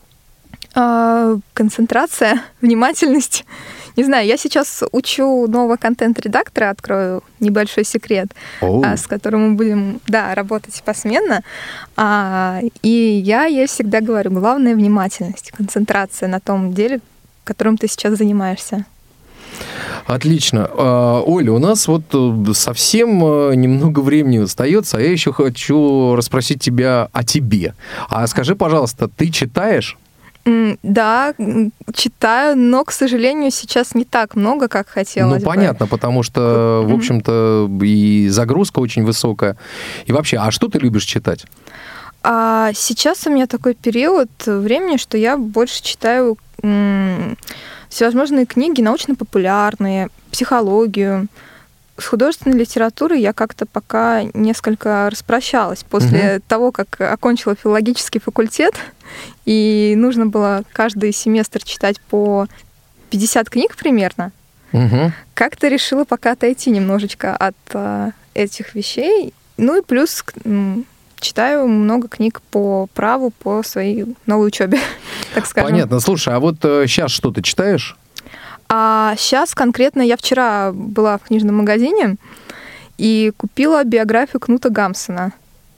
Концентрация, внимательность. Не знаю, я сейчас учу нового контент-редактора, открою небольшой секрет, с которым мы будем, работать посменно. И я ей всегда говорю, главное — внимательность, концентрация на том деле, которым ты сейчас занимаешься. Отлично. Оля, у нас вот совсем немного времени остается, а я еще хочу расспросить тебя о тебе. А скажи, пожалуйста, ты читаешь? Да, читаю, но, к сожалению, сейчас не так много, как хотелось бы. Понятно, потому что, в общем-то, и загрузка очень высокая. И вообще, а что ты любишь читать? А сейчас у меня такой период времени, что я больше читаю всевозможные книги научно-популярные, психологию. С художественной литературой я как-то пока несколько распрощалась после того, как окончила филологический факультет, и нужно было каждый семестр читать по 50 книг примерно. Как-то решила пока отойти немножечко от этих вещей. Ну и плюс читаю много книг по праву, по своей новой учебе, так скажем. Понятно. Слушай, а вот сейчас что ты читаешь? А сейчас конкретно я вчера была в книжном магазине и купила биографию Кнута Гамсуна.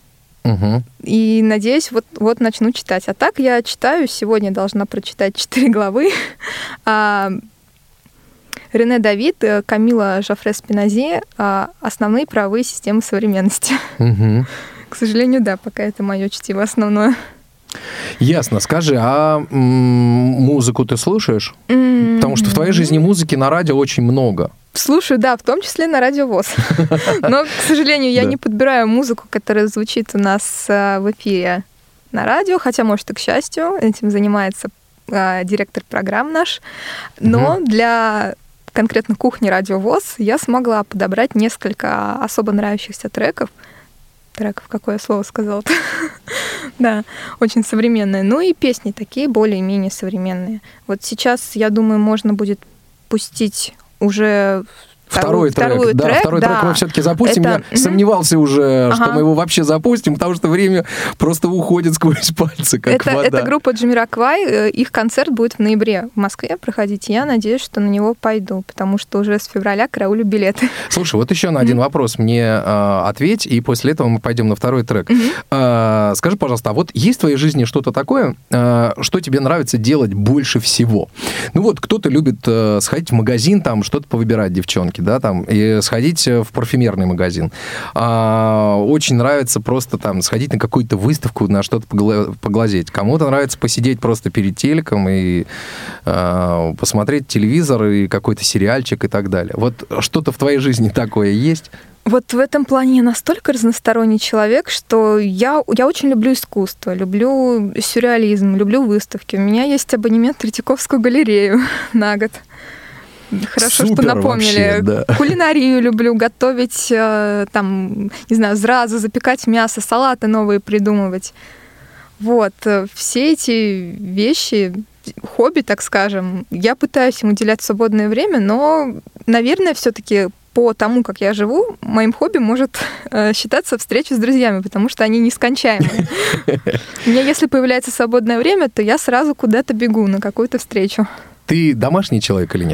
И надеюсь, вот начну читать. А так я читаю, сегодня должна прочитать 4 главы. Рене Давид, Камила Жофре Спинози «Основные правовые системы современности». К сожалению, да, пока это мое чтиво основное. Ясно. Скажи, а музыку ты слушаешь? Потому что в твоей жизни музыки на радио очень много. Слушаю, да, в том числе на Радио ВОС. Но, к сожалению, я не подбираю музыку, которая звучит у нас в эфире на радио, хотя, может, и к счастью, этим занимается директор программ наш. Но для конкретно кухни Радио ВОС я смогла подобрать несколько особо нравящихся треков, какое слово сказала-то? Да, очень современные. Ну и песни такие более-менее современные. Вот сейчас, я думаю, можно будет пустить уже второй трек. Да, второй трек мы все-таки запустим. Я сомневался уже, что мы его вообще запустим, потому что время просто уходит сквозь пальцы, как вода. Это группа Джамироквай. Их концерт будет в ноябре в Москве проходить. Я надеюсь, что на него пойду, потому что уже с февраля караулю билеты. Слушай, вот еще на один вопрос мне ответь, и после этого мы пойдем на второй трек. Скажи, пожалуйста, а вот есть в твоей жизни что-то такое, что тебе нравится делать больше всего? Ну вот кто-то любит сходить в магазин, там что-то повыбирать, девчонки, да, там, и сходить в парфюмерный магазин. Очень нравится просто там сходить на какую-то выставку, на что-то поглазеть. Кому-то нравится посидеть просто перед телеком и посмотреть телевизор и какой-то сериальчик и так далее. Вот что-то в твоей жизни такое есть? Вот в этом плане я настолько разносторонний человек, что я очень люблю искусство, люблю сюрреализм, люблю выставки. У меня есть абонемент в Третьяковскую галерею на год. Хорошо, супер, что напомнили. Вообще, да. Кулинарию люблю, готовить, там, не знаю, зразы, запекать мясо, салаты новые придумывать. Вот. Все эти вещи, хобби, так скажем, я пытаюсь им уделять свободное время, но, наверное, все-таки по тому, как я живу, моим хобби может считаться встреча с друзьями, потому что они нескончаемые. У меня, если появляется свободное время, то я сразу куда-то бегу на какую-то встречу. Ты домашний человек или нет?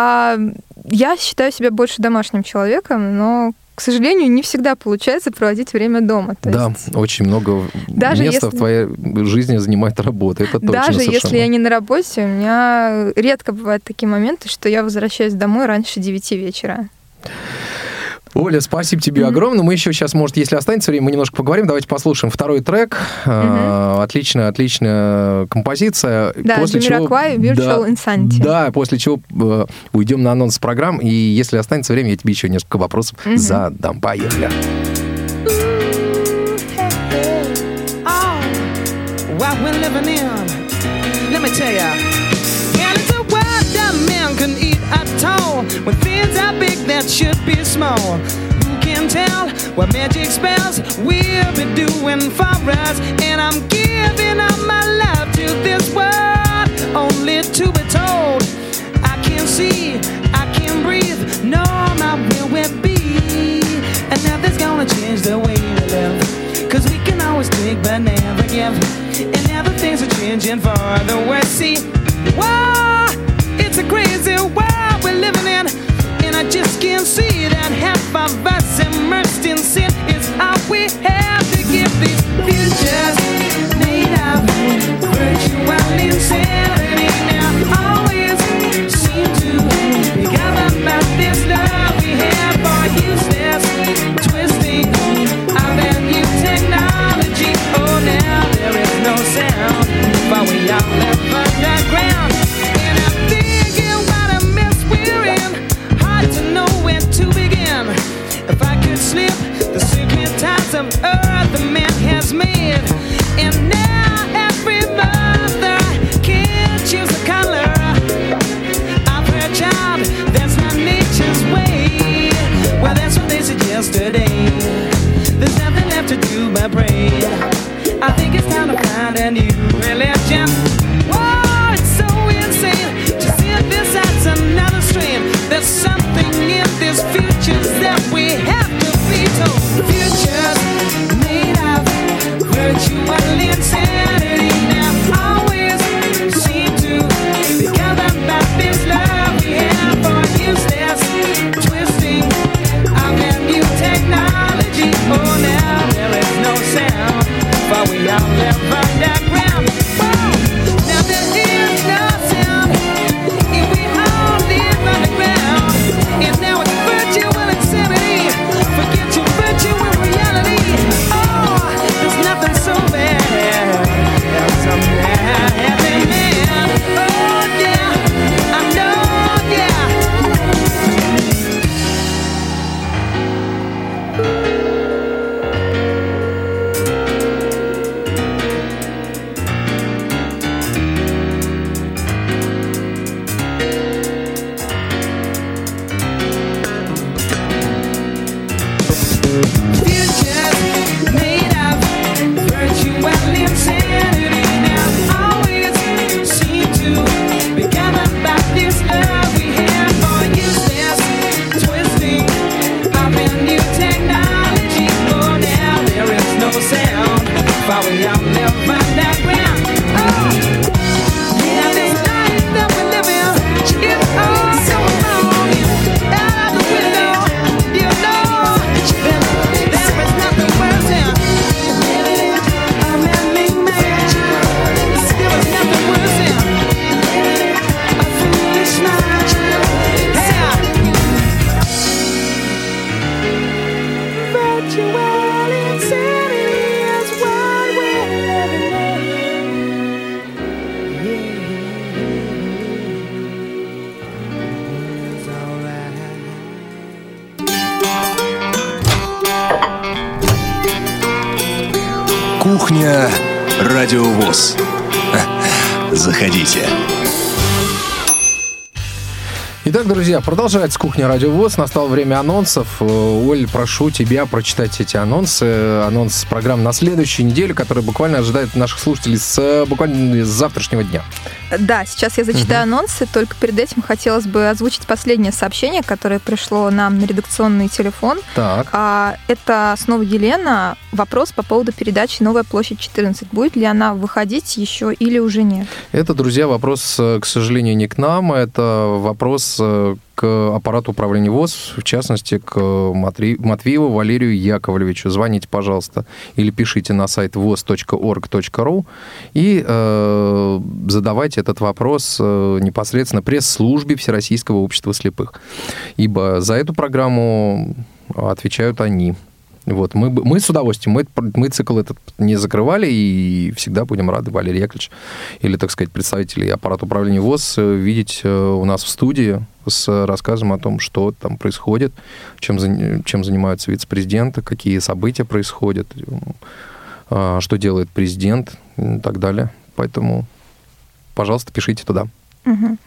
Я считаю себя больше домашним человеком, но, к сожалению, не всегда получается проводить время дома. То есть, очень много места в твоей жизни занимает работа, это точно даже совершенно. Если я не на работе, у меня редко бывают такие моменты, что я возвращаюсь домой раньше 9 вечера. Оля, спасибо тебе огромное. Мы еще сейчас, может, если останется время, мы немножко поговорим. Давайте послушаем второй трек. Отличная композиция. Да, Джамироквай, Virtual Insanity. Да, после чего уйдем на анонс программ. И если останется время, я тебе еще несколько вопросов задам. Поехали. When things are big that should be small, who can tell what magic spells we'll be doing for us? And I'm giving up my love to this world, only to be told I can't see, I can't breathe, no, my will will be. And nothing's gonna change the way we live, 'cause we can always take but never give. And now the things are changing for the worse. See, whoa, it's a crazy world we're living in, and I just can't see that half of us immersed in sin is all we have to give. These futures made of virtual insanity now always seem to be governed by this love we have for useless twisting of that new technology. Oh, now there is no sound, but we all live underground. If I could slip the secret ties of earth the man has made, And now every mother can choose a color of her child. That's not nature's way. Well, that's what they said yesterday. There's nothing left to do but pray. I think it's time to find a new religion. Whoa, it's so insane to synthesize another strain. There's something in this future that we have to be told. The future's made of virtual insanity. Now always seem to be covered by this love we have for useless twisting of a new technology. Oh, now there is no sound, for we all live underground. Whoa, now there is no sound if we all live underground. And now it's virtual insanity. Forget your virtual reality. Oh, there's nothing so bad as some bad happy man. Oh yeah, I know, yeah. Future's made of virtual insanity. Now always seem to be covered by this love we have for useless twisting of a new technology. Oh, now there is no sound, for we all live underground. Oh, yeah, this life that we live in is all so long. Out the window, you know, there is nothing worse than a man-made man. There is nothing worse than a foolish man. Yeah. Virtual insanity is what we're living in. Yeah. It's alright. Кухня Радио ВОС. Заходите. Итак, друзья, продолжается «Кухня Радио ВОС». Настало время анонсов. Оль, прошу тебя прочитать эти анонсы. Анонс программы на следующей неделе, которая буквально ожидает наших слушателей буквально с завтрашнего дня. Да, сейчас я зачитаю анонсы, только перед этим хотелось бы озвучить последнее сообщение, которое пришло нам на редакционный телефон. Так. Это снова Елена. Вопрос по поводу передачи «Новая площадь 14». Будет ли она выходить еще или уже нет? Это, друзья, вопрос, к сожалению, не к нам. Это вопрос к аппарату управления ВОС, в частности, к Матвееву Валерию Яковлевичу. Звоните, пожалуйста, или пишите на сайт vos.org.ru и задавайте этот вопрос непосредственно пресс-службе Всероссийского общества слепых. Ибо за эту программу отвечают они. Вот, мы с удовольствием, мы цикл этот не закрывали и всегда будем рады, Валерий Яковлевич, или, так сказать, представителей аппарата управления ВОС видеть у нас в студии с рассказом о том, что там происходит, чем занимаются вице-президенты, какие события происходят, что делает президент и так далее. Поэтому, пожалуйста, пишите туда. Угу.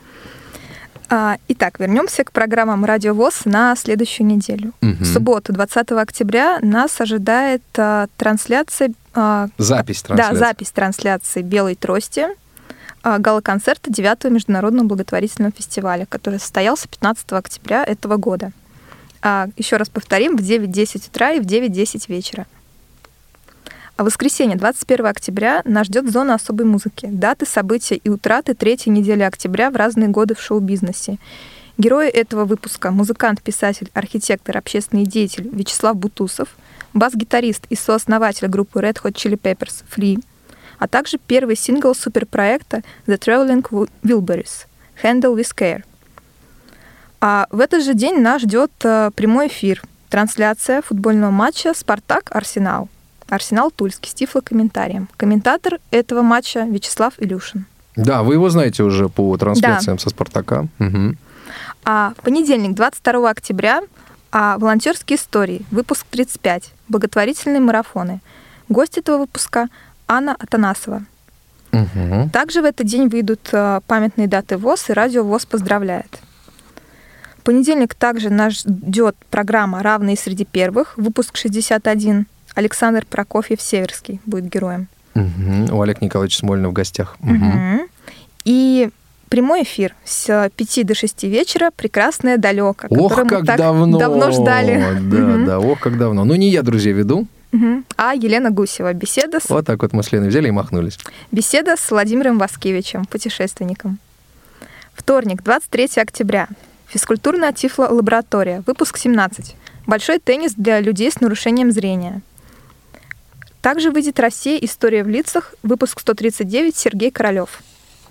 Итак, вернемся к программам Радио ВОС на следующую неделю. В субботу, 20 октября, нас ожидает трансляция... Запись трансляции. Да, запись трансляции «Белой трости», гала-концерта 9-го международного благотворительного фестиваля, который состоялся 15 октября этого года. Еще раз повторим, в 9:10 утра и в 9:10 вечера. В воскресенье, 21 октября, нас ждет зона особой музыки. Даты, события и утраты третьей недели октября в разные годы в шоу-бизнесе. Герои этого выпуска — музыкант, писатель, архитектор, общественный деятель Вячеслав Бутусов, бас-гитарист и сооснователь группы Red Hot Chili Peppers Flea, а также первый сингл суперпроекта The Traveling Wilburys «Handle with Care». А в этот же день нас ждет прямой эфир, трансляция футбольного матча «Спартак-Арсенал». Арсенал Тульский с тифлокомментарием. Комментатор этого матча Вячеслав Илюшин. Да, вы его знаете уже по трансляциям со «Спартака». Угу. В понедельник, 22 октября, волонтерские истории, выпуск 35, благотворительные марафоны. Гость этого выпуска — Анна Атанасова. Угу. Также в этот день выйдут памятные даты ВОС, и радио ВОС поздравляет. В понедельник также нас ждет программа «Равные среди первых», выпуск 61. Александр Прокофьев-Северский будет героем. Угу. У Олега Николаевича Смолина в гостях. Угу. И прямой эфир с 5 до 6 вечера «Прекрасное далеко», который мы так давно ждали. Да, ох, как давно. Ну, не я, друзья, веду. А Елена Гусева. Беседа с... Вот так вот мы с Леной взяли и махнулись. Беседа с Владимиром Васкевичем, путешественником. Вторник, 23 октября. Физкультурная тифлолаборатория. Выпуск 17. Большой теннис для людей с нарушением зрения. Также выйдет «Россия. История в лицах». Выпуск 139. Сергей Королёв.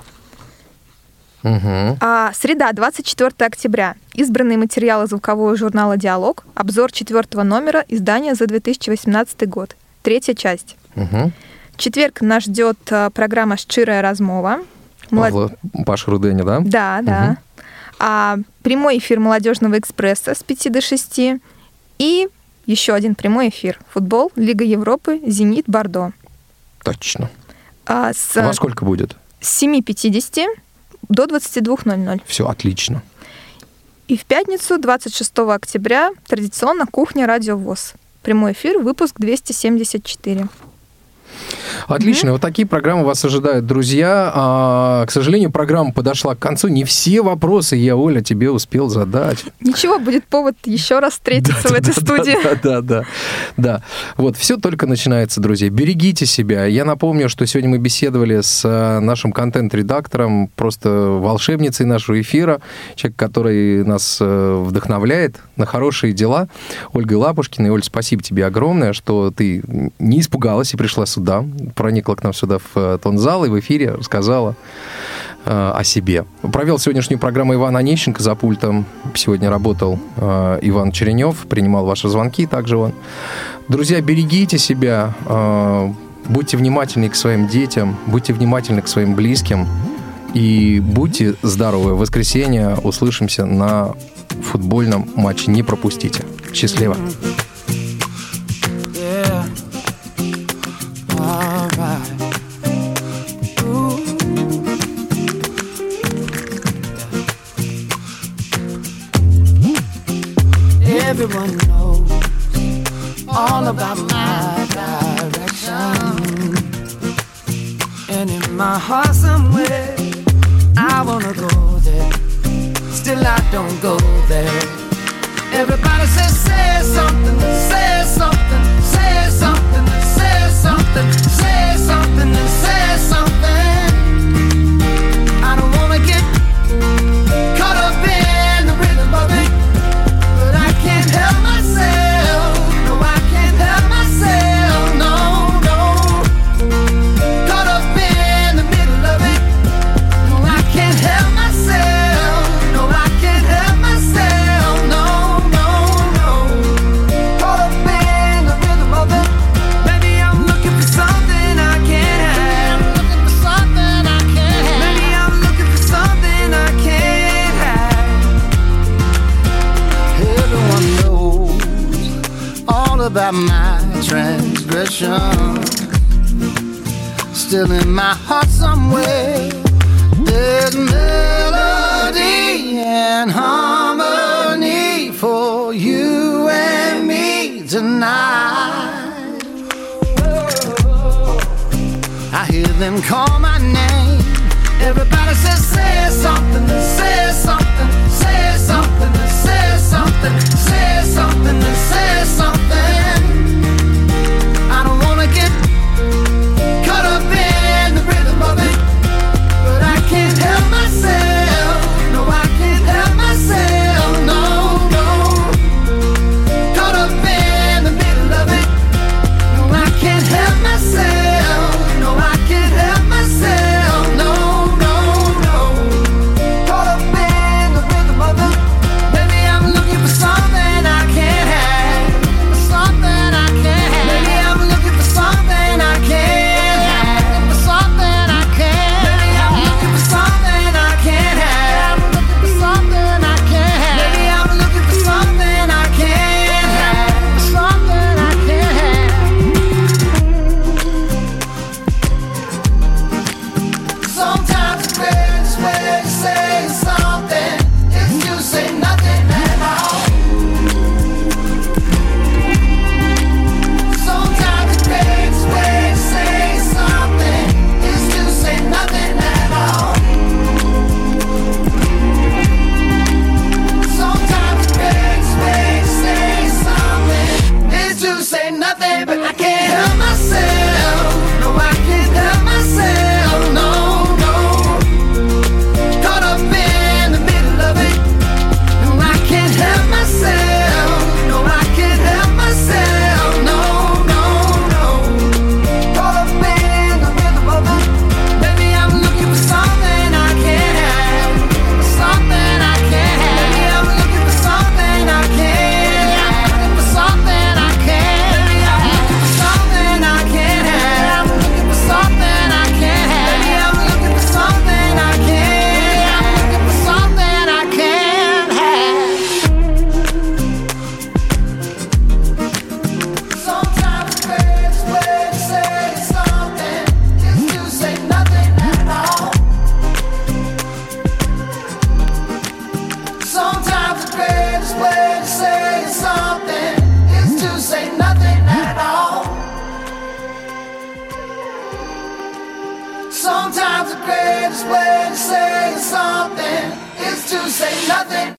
Угу. Среда, 24 октября. Избранные материалы звукового журнала «Диалог». Обзор 4 номера издания за 2018 год. 3 часть. Угу. Четверг нас ждет программа «Щирая размова». Паша Руденя, да? Да. Прямой эфир «Молодежного экспресса» с 5 до 6. И еще один прямой эфир. Футбол, Лига Европы, «Зенит», «Бордо». Точно. Во сколько будет? С 7:50 до 22:00. Все, отлично. И в пятницу, 26 октября, традиционно «Кухня. Радио ВОС». Прямой эфир, выпуск 274. Отлично. Вот такие программы вас ожидают, друзья. К сожалению, программа подошла к концу. Не все вопросы я, Оля, тебе успел задать. Ничего, будет повод еще раз встретиться в этой студии. Да. Вот, все только начинается, друзья. Берегите себя. Я напомню, что сегодня мы беседовали с нашим контент-редактором, просто волшебницей нашего эфира, человек, который нас вдохновляет на хорошие дела, Ольгой Лапушкиной. Оль, спасибо тебе огромное, что ты не испугалась и пришла сюда, проникла к нам сюда в тонзал и в эфире рассказала о себе. Провел сегодняшнюю программу Иван Онищенко за пультом. Сегодня работал Иван Черенев, принимал ваши звонки также он. Друзья, берегите себя, будьте внимательны к своим детям, будьте внимательны к своим близким и будьте здоровы. В воскресенье услышимся на футбольном матче. Не пропустите. Счастливо. Everyone knows all about my direction, and in my heart somewhere I wanna go there, still I don't go there. Everybody says say something, say something, say something, say something, say something, say something. I don't wanna get caught up in the rhythm of it, but I can't help myself. No, I can't help myself. No, no. Caught up in the middle of it. No, I can't help myself. No, I can't help myself. No, no, no. Caught up in the rhythm of it. Maybe I'm looking for something I can't have. Looking for something I can't have. Maybe I'm looking for something I can't have. Everyone knows all about my transgression. Still in my heart somewhere there's melody and harmony for you and me tonight. I hear them call my name. Everybody says say something, say something, say something, say something, say something, say something. I don't wanna get caught up in the rhythm of it, but I can't help myself. No, I can't help myself. No, no. Caught up in the middle of it. No, I can't help myself. No, I can't help myself. No, no, no. Caught up in the rhythm of it. Maybe I'm looking for something I can't have. Sometimes the greatest way to say something is to say nothing.